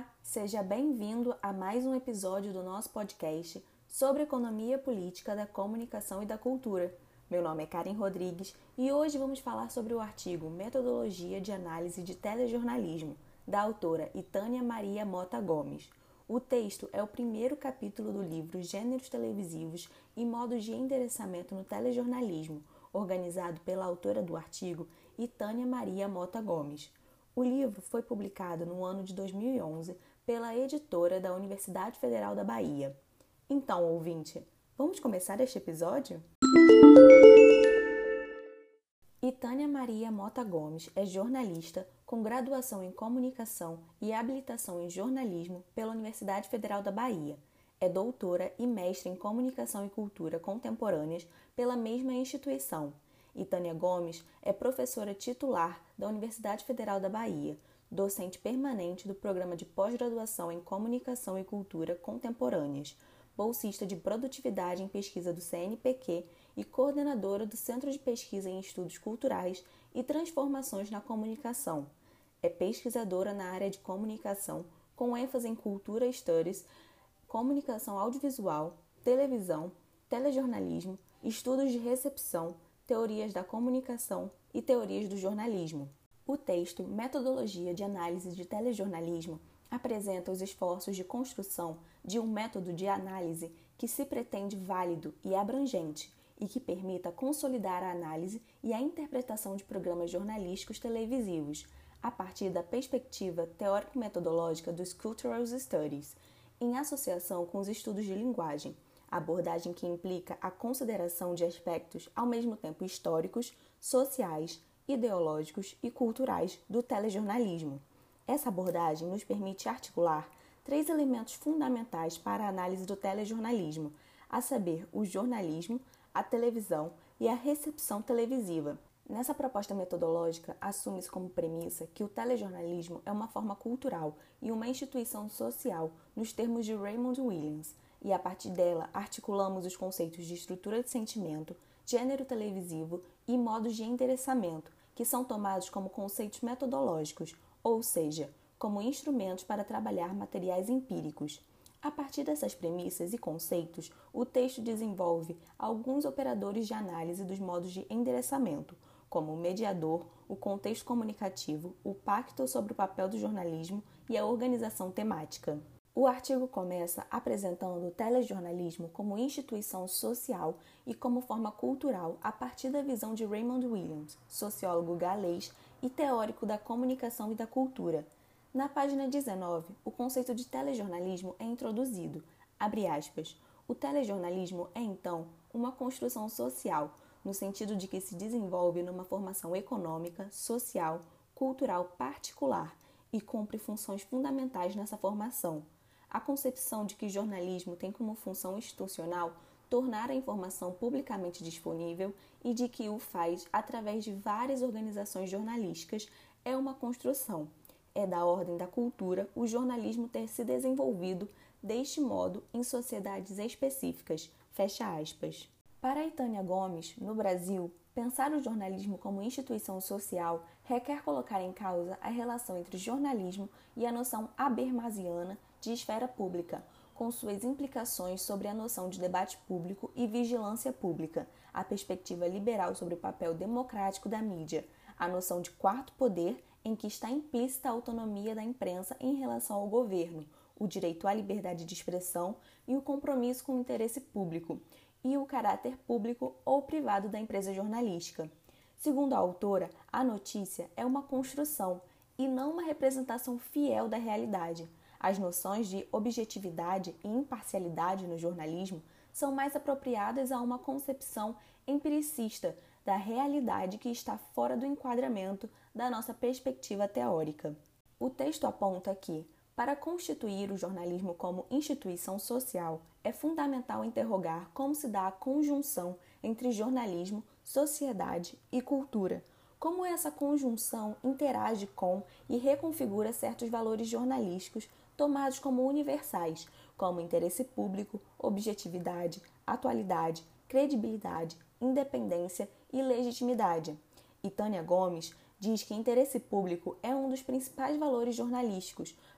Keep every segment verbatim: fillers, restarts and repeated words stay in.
Olá, seja bem-vindo a mais um episódio do nosso podcast sobre economia política da comunicação e da cultura. Meu nome é Karen Rodrigues e hoje vamos falar sobre o artigo Metodologia de Análise de Telejornalismo, da autora Itânia Maria Mota Gomes. O texto é o primeiro capítulo do livro Gêneros Televisivos e Modos de Endereçamento no Telejornalismo, organizado pela autora do artigo, Itânia Maria Mota Gomes. O livro foi publicado no ano de dois mil e onze pela editora da Universidade Federal da Bahia. Então, ouvinte, vamos começar este episódio? Itânia Maria Mota Gomes é jornalista com graduação em Comunicação e habilitação em Jornalismo pela Universidade Federal da Bahia. É doutora e mestre em Comunicação e Cultura Contemporâneas pela mesma instituição. Itânia Gomes é professora titular da Universidade Federal da Bahia, docente permanente do Programa de Pós-Graduação em Comunicação e Cultura Contemporâneas, bolsista de Produtividade em Pesquisa do C N P Q e coordenadora do Centro de Pesquisa em Estudos Culturais e Transformações na Comunicação. É pesquisadora na área de comunicação, com ênfase em Cultura Studies, comunicação audiovisual, televisão, telejornalismo, estudos de recepção, teorias da comunicação e teorias do jornalismo. O texto Metodologia de Análise de Telejornalismo apresenta os esforços de construção de um método de análise que se pretende válido e abrangente e que permita consolidar a análise e a interpretação de programas jornalísticos televisivos a partir da perspectiva teórico-metodológica dos Cultural Studies, em associação com os estudos de linguagem, abordagem que implica a consideração de aspectos ao mesmo tempo históricos, sociais, ideológicos e culturais do telejornalismo. Essa abordagem nos permite articular três elementos fundamentais para a análise do telejornalismo, a saber, o jornalismo, a televisão e a recepção televisiva. Nessa proposta metodológica, assume-se como premissa que o telejornalismo é uma forma cultural e uma instituição social, nos termos de Raymond Williams, e a partir dela articulamos os conceitos de estrutura de sentimento, gênero televisivo e modos de endereçamento, que são tomados como conceitos metodológicos, ou seja, como instrumentos para trabalhar materiais empíricos. A partir dessas premissas e conceitos, o texto desenvolve alguns operadores de análise dos modos de endereçamento, como o mediador, o contexto comunicativo, o pacto sobre o papel do jornalismo e a organização temática. O artigo começa apresentando o telejornalismo como instituição social e como forma cultural a partir da visão de Raymond Williams, sociólogo galês e teórico da comunicação e da cultura. Na página dezenove, o conceito de telejornalismo é introduzido. Abre aspas. O telejornalismo é, então, uma construção social, no sentido de que se desenvolve numa formação econômica, social, cultural particular e cumpre funções fundamentais nessa formação. A concepção de que jornalismo tem como função institucional tornar a informação publicamente disponível e de que o faz através de várias organizações jornalísticas é uma construção. É da ordem da cultura o jornalismo ter se desenvolvido deste modo em sociedades específicas. Fecha aspas. Para Itânia Gomes, no Brasil, pensar o jornalismo como instituição social requer colocar em causa a relação entre jornalismo e a noção habermasiana de esfera pública, com suas implicações sobre a noção de debate público e vigilância pública, a perspectiva liberal sobre o papel democrático da mídia, a noção de quarto poder em que está implícita a autonomia da imprensa em relação ao governo, o direito à liberdade de expressão e o compromisso com o interesse público, e o caráter público ou privado da empresa jornalística. Segundo a autora, a notícia é uma construção e não uma representação fiel da realidade. As noções de objetividade e imparcialidade no jornalismo são mais apropriadas a uma concepção empiricista da realidade que está fora do enquadramento da nossa perspectiva teórica. O texto aponta que, para constituir o jornalismo como instituição social, é fundamental interrogar como se dá a conjunção entre jornalismo, sociedade e cultura, como essa conjunção interage com e reconfigura certos valores jornalísticos tomados como universais, como interesse público, objetividade, atualidade, credibilidade, independência e legitimidade. Itânia Gomes diz que interesse público é um dos principais valores jornalísticos,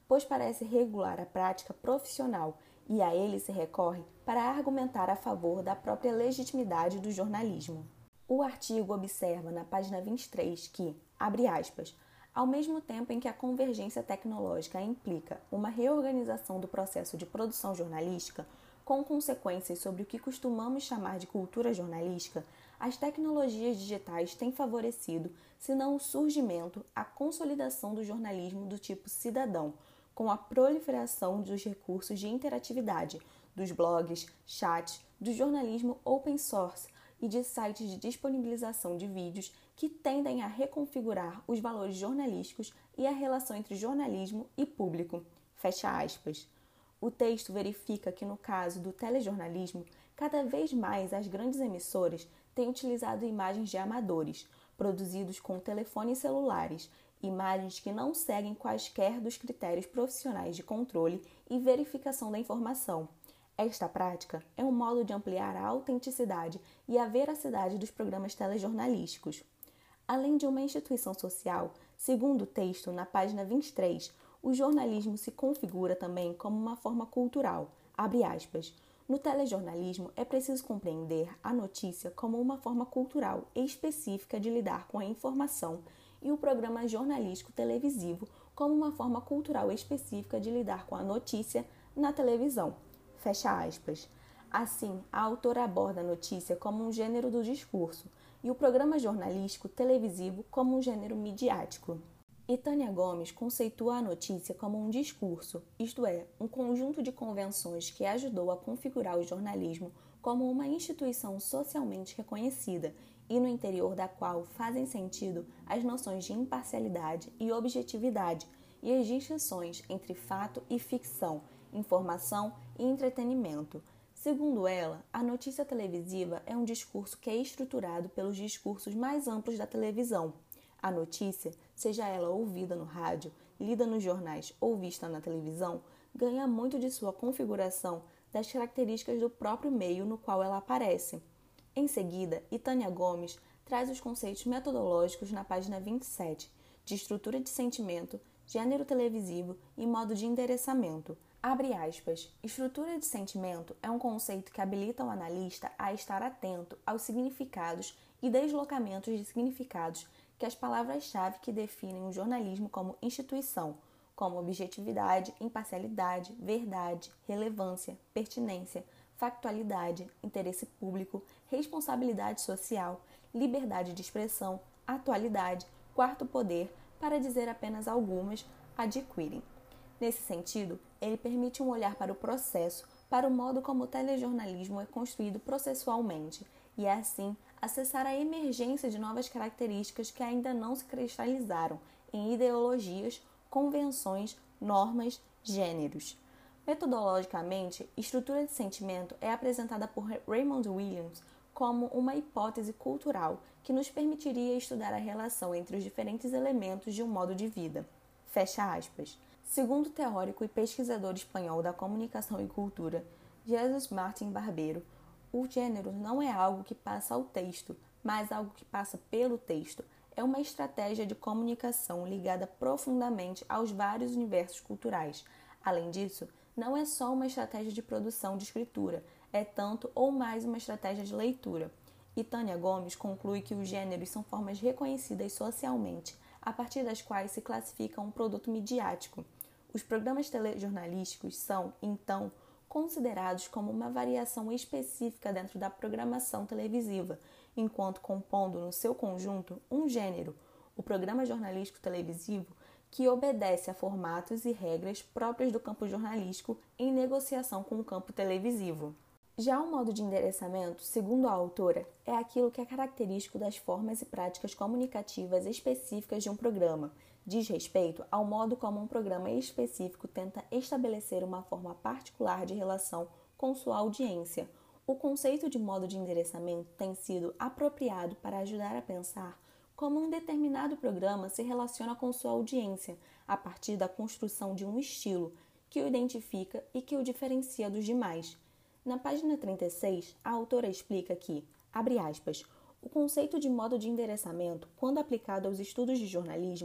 pois parece regular a prática profissional e a ele se recorre para argumentar a favor da própria legitimidade do jornalismo. O artigo observa na página vinte e três que, abre aspas, ao mesmo tempo em que a convergência tecnológica implica uma reorganização do processo de produção jornalística, com consequências sobre o que costumamos chamar de cultura jornalística, as tecnologias digitais têm favorecido, se não o surgimento, a consolidação do jornalismo do tipo cidadão, com a proliferação dos recursos de interatividade, dos blogs, chats, do jornalismo open source e de sites de disponibilização de vídeos que tendem a reconfigurar os valores jornalísticos e a relação entre jornalismo e público. Fecha aspas. O texto verifica que, no caso do telejornalismo, cada vez mais as grandes emissoras têm utilizado imagens de amadores, produzidos com telefones celulares, imagens que não seguem quaisquer dos critérios profissionais de controle e verificação da informação. Esta prática é um modo de ampliar a autenticidade e a veracidade dos programas telejornalísticos. Além de uma instituição social, segundo o texto na página vinte e três, o jornalismo se configura também como uma forma cultural. Abre aspas. No telejornalismo, é preciso compreender a notícia como uma forma cultural específica de lidar com a informação e o programa jornalístico televisivo como uma forma cultural específica de lidar com a notícia na televisão. Fecha aspas. Assim, a autora aborda a notícia como um gênero do discurso e o programa jornalístico televisivo como um gênero midiático. E Tânia Gomes conceitua a notícia como um discurso, isto é, um conjunto de convenções que ajudou a configurar o jornalismo como uma instituição socialmente reconhecida e no interior da qual fazem sentido as noções de imparcialidade e objetividade e as distinções entre fato e ficção, informação e entretenimento. Segundo ela, a notícia televisiva é um discurso que é estruturado pelos discursos mais amplos da televisão. A notícia, seja ela ouvida no rádio, lida nos jornais ou vista na televisão, ganha muito de sua configuração das características do próprio meio no qual ela aparece. Em seguida, Tânia Gomes traz os conceitos metodológicos na página vinte e sete, de estrutura de sentimento, gênero televisivo e modo de endereçamento. Abre aspas. Estrutura de sentimento é um conceito que habilita o analista a estar atento aos significados e deslocamentos de significados que as palavras-chave que definem o jornalismo como instituição, como objetividade, imparcialidade, verdade, relevância, pertinência, factualidade, interesse público, responsabilidade social, liberdade de expressão, atualidade, quarto poder, para dizer apenas algumas, adquirem. Nesse sentido, ele permite um olhar para o processo, para o modo como o telejornalismo é construído processualmente, e é assim acessar a emergência de novas características que ainda não se cristalizaram em ideologias, convenções, normas, gêneros. Metodologicamente, estrutura de sentimento é apresentada por Raymond Williams como uma hipótese cultural que nos permitiria estudar a relação entre os diferentes elementos de um modo de vida. Fecha aspas. Segundo o teórico e pesquisador espanhol da comunicação e cultura, Jesus Martín Barbeiro, o gênero não é algo que passa ao texto, mas algo que passa pelo texto. É uma estratégia de comunicação ligada profundamente aos vários universos culturais. Além disso, não é só uma estratégia de produção de escritura, é tanto ou mais uma estratégia de leitura. E Tânia Gomes conclui que os gêneros são formas reconhecidas socialmente, a partir das quais se classifica um produto midiático. Os programas telejornalísticos são, então, considerados como uma variação específica dentro da programação televisiva, enquanto compondo no seu conjunto um gênero, o programa jornalístico televisivo, que obedece a formatos e regras próprias do campo jornalístico em negociação com o campo televisivo. Já o modo de endereçamento, segundo a autora, é aquilo que é característico das formas e práticas comunicativas específicas de um programa. Diz respeito ao modo como um programa específico tenta estabelecer uma forma particular de relação com sua audiência. O conceito de modo de endereçamento tem sido apropriado para ajudar a pensar como um determinado programa se relaciona com sua audiência, a partir da construção de um estilo que o identifica e que o diferencia dos demais. Na página trinta e seis, a autora explica que, abre aspas, o conceito de modo de endereçamento, quando aplicado aos estudos de jornalismo,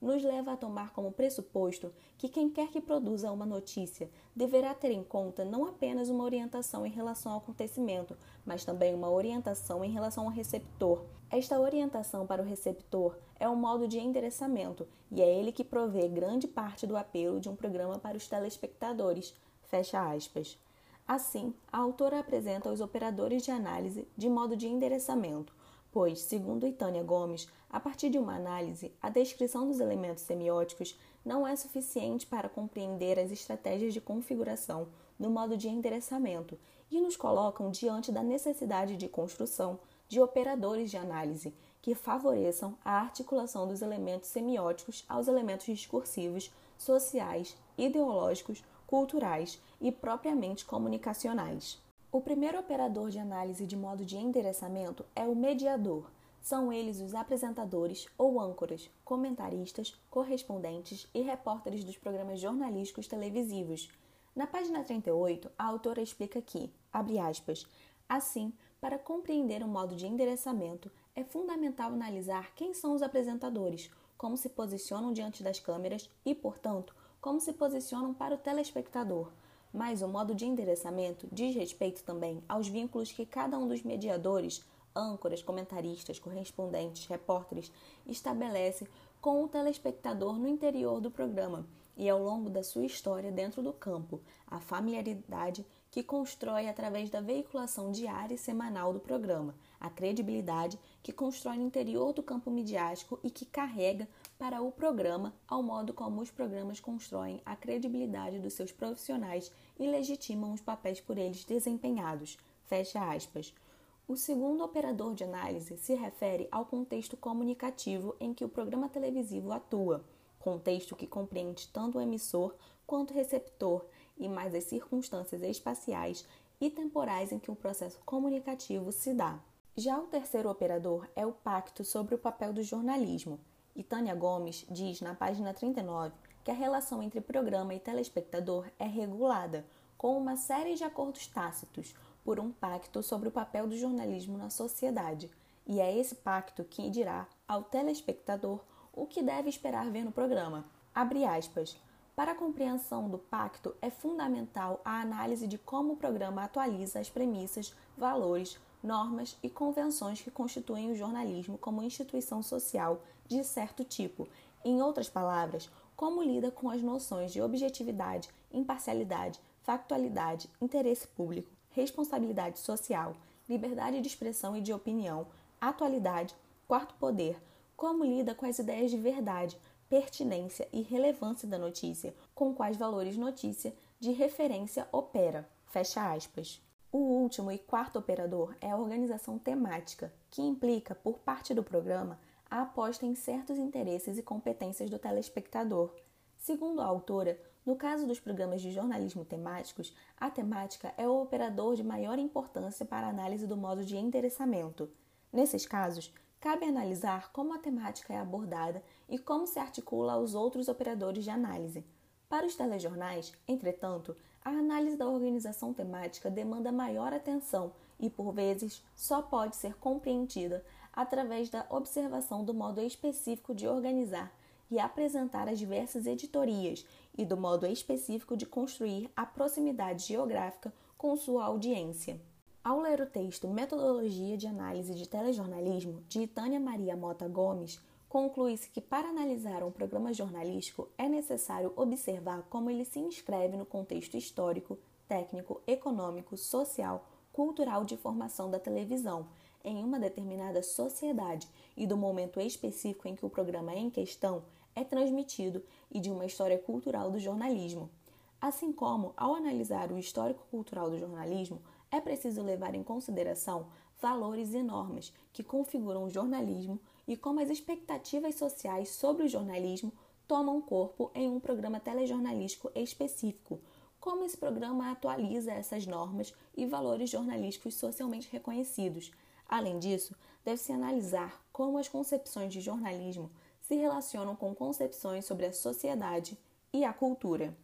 nos leva a tomar como pressuposto que quem quer que produza uma notícia deverá ter em conta não apenas uma orientação em relação ao acontecimento, mas também uma orientação em relação ao receptor. Esta orientação para o receptor é um modo de endereçamento e é ele que provê grande parte do apelo de um programa para os telespectadores. Fecha aspas. Assim, a autora apresenta os operadores de análise de modo de endereçamento, pois, segundo Itânia Gomes, a partir de uma análise, a descrição dos elementos semióticos não é suficiente para compreender as estratégias de configuração no modo de endereçamento e nos colocam diante da necessidade de construção de operadores de análise que favoreçam a articulação dos elementos semióticos aos elementos discursivos, sociais, ideológicos, culturais e propriamente comunicacionais. O primeiro operador de análise de modo de endereçamento é o mediador. São eles os apresentadores ou âncoras, comentaristas, correspondentes e repórteres dos programas jornalísticos televisivos. Na página trinta e oito, a autora explica que, abre aspas, assim, para compreender o modo de endereçamento, é fundamental analisar quem são os apresentadores, como se posicionam diante das câmeras e, portanto, como se posicionam para o telespectador. Mas o modo de endereçamento diz respeito também aos vínculos que cada um dos mediadores, âncoras, comentaristas, correspondentes, repórteres, estabelece com o telespectador no interior do programa e ao longo da sua história dentro do campo, a familiaridade que constrói através da veiculação diária e semanal do programa, a credibilidade que constrói no interior do campo midiático e que carrega para o programa ao modo como os programas constroem a credibilidade dos seus profissionais e legitimam os papéis por eles desempenhados. Fecha aspas. O segundo operador de análise se refere ao contexto comunicativo em que o programa televisivo atua, contexto que compreende tanto o emissor quanto o receptor e mais as circunstâncias espaciais e temporais em que o processo comunicativo se dá. Já o terceiro operador é o pacto sobre o papel do jornalismo. Itânia Gomes diz na página trinta e nove que a relação entre programa e telespectador é regulada, com uma série de acordos tácitos, por um pacto sobre o papel do jornalismo na sociedade, e é esse pacto que dirá ao telespectador o que deve esperar ver no programa. Abre aspas. Para a compreensão do pacto, é fundamental a análise de como o programa atualiza as premissas, valores, normas e convenções que constituem o jornalismo como instituição social de certo tipo. Em outras palavras, como lida com as noções de objetividade, imparcialidade, factualidade, interesse público, responsabilidade social, liberdade de expressão e de opinião, atualidade, quarto poder, como lida com as ideias de verdade, pertinência e relevância da notícia, com quais valores notícia de referência opera. Fecha aspas. O último e quarto operador é a organização temática, que implica, por parte do programa, a aposta em certos interesses e competências do telespectador. Segundo a autora, no caso dos programas de jornalismo temáticos, a temática é o operador de maior importância para a análise do modo de endereçamento. Nesses casos, cabe analisar como a temática é abordada e como se articula aos outros operadores de análise. Para os telejornais, entretanto, a análise da organização temática demanda maior atenção e, por vezes, só pode ser compreendida através da observação do modo específico de organizar e apresentar as diversas editorias e do modo específico de construir a proximidade geográfica com sua audiência. Ao ler o texto Metodologia de Análise de Telejornalismo, de Itânia Maria Mota Gomes, conclui-se que para analisar um programa jornalístico é necessário observar como ele se inscreve no contexto histórico, técnico, econômico, social, cultural de formação da televisão, em uma determinada sociedade e do momento específico em que o programa em questão é transmitido e de uma história cultural do jornalismo. Assim como, ao analisar o histórico cultural do jornalismo, é preciso levar em consideração valores e normas que configuram o jornalismo e como as expectativas sociais sobre o jornalismo tomam corpo em um programa telejornalístico específico, como esse programa atualiza essas normas e valores jornalísticos socialmente reconhecidos. Além disso, deve-se analisar como as concepções de jornalismo se relacionam com concepções sobre a sociedade e a cultura.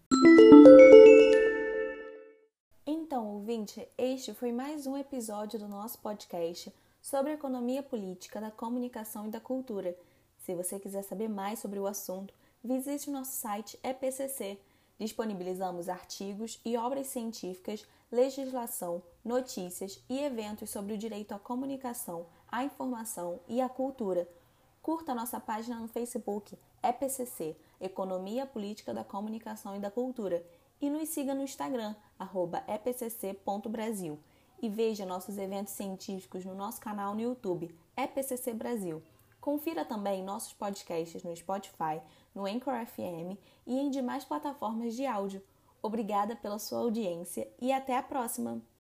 Então, ouvinte, este foi mais um episódio do nosso podcast sobre a economia política da comunicação e da cultura. Se você quiser saber mais sobre o assunto, visite nosso site E P C C. Disponibilizamos artigos e obras científicas, legislação, notícias e eventos sobre o direito à comunicação, à informação e à cultura. Curta nossa página no Facebook, E P C C, Economia Política da Comunicação e da Cultura, e nos siga no Instagram, arroba e p c c ponto brasil. E veja nossos eventos científicos no nosso canal no YouTube, E P C C Brasil. Confira também nossos podcasts no Spotify, no Anchor F M e em demais plataformas de áudio. Obrigada pela sua audiência e até a próxima!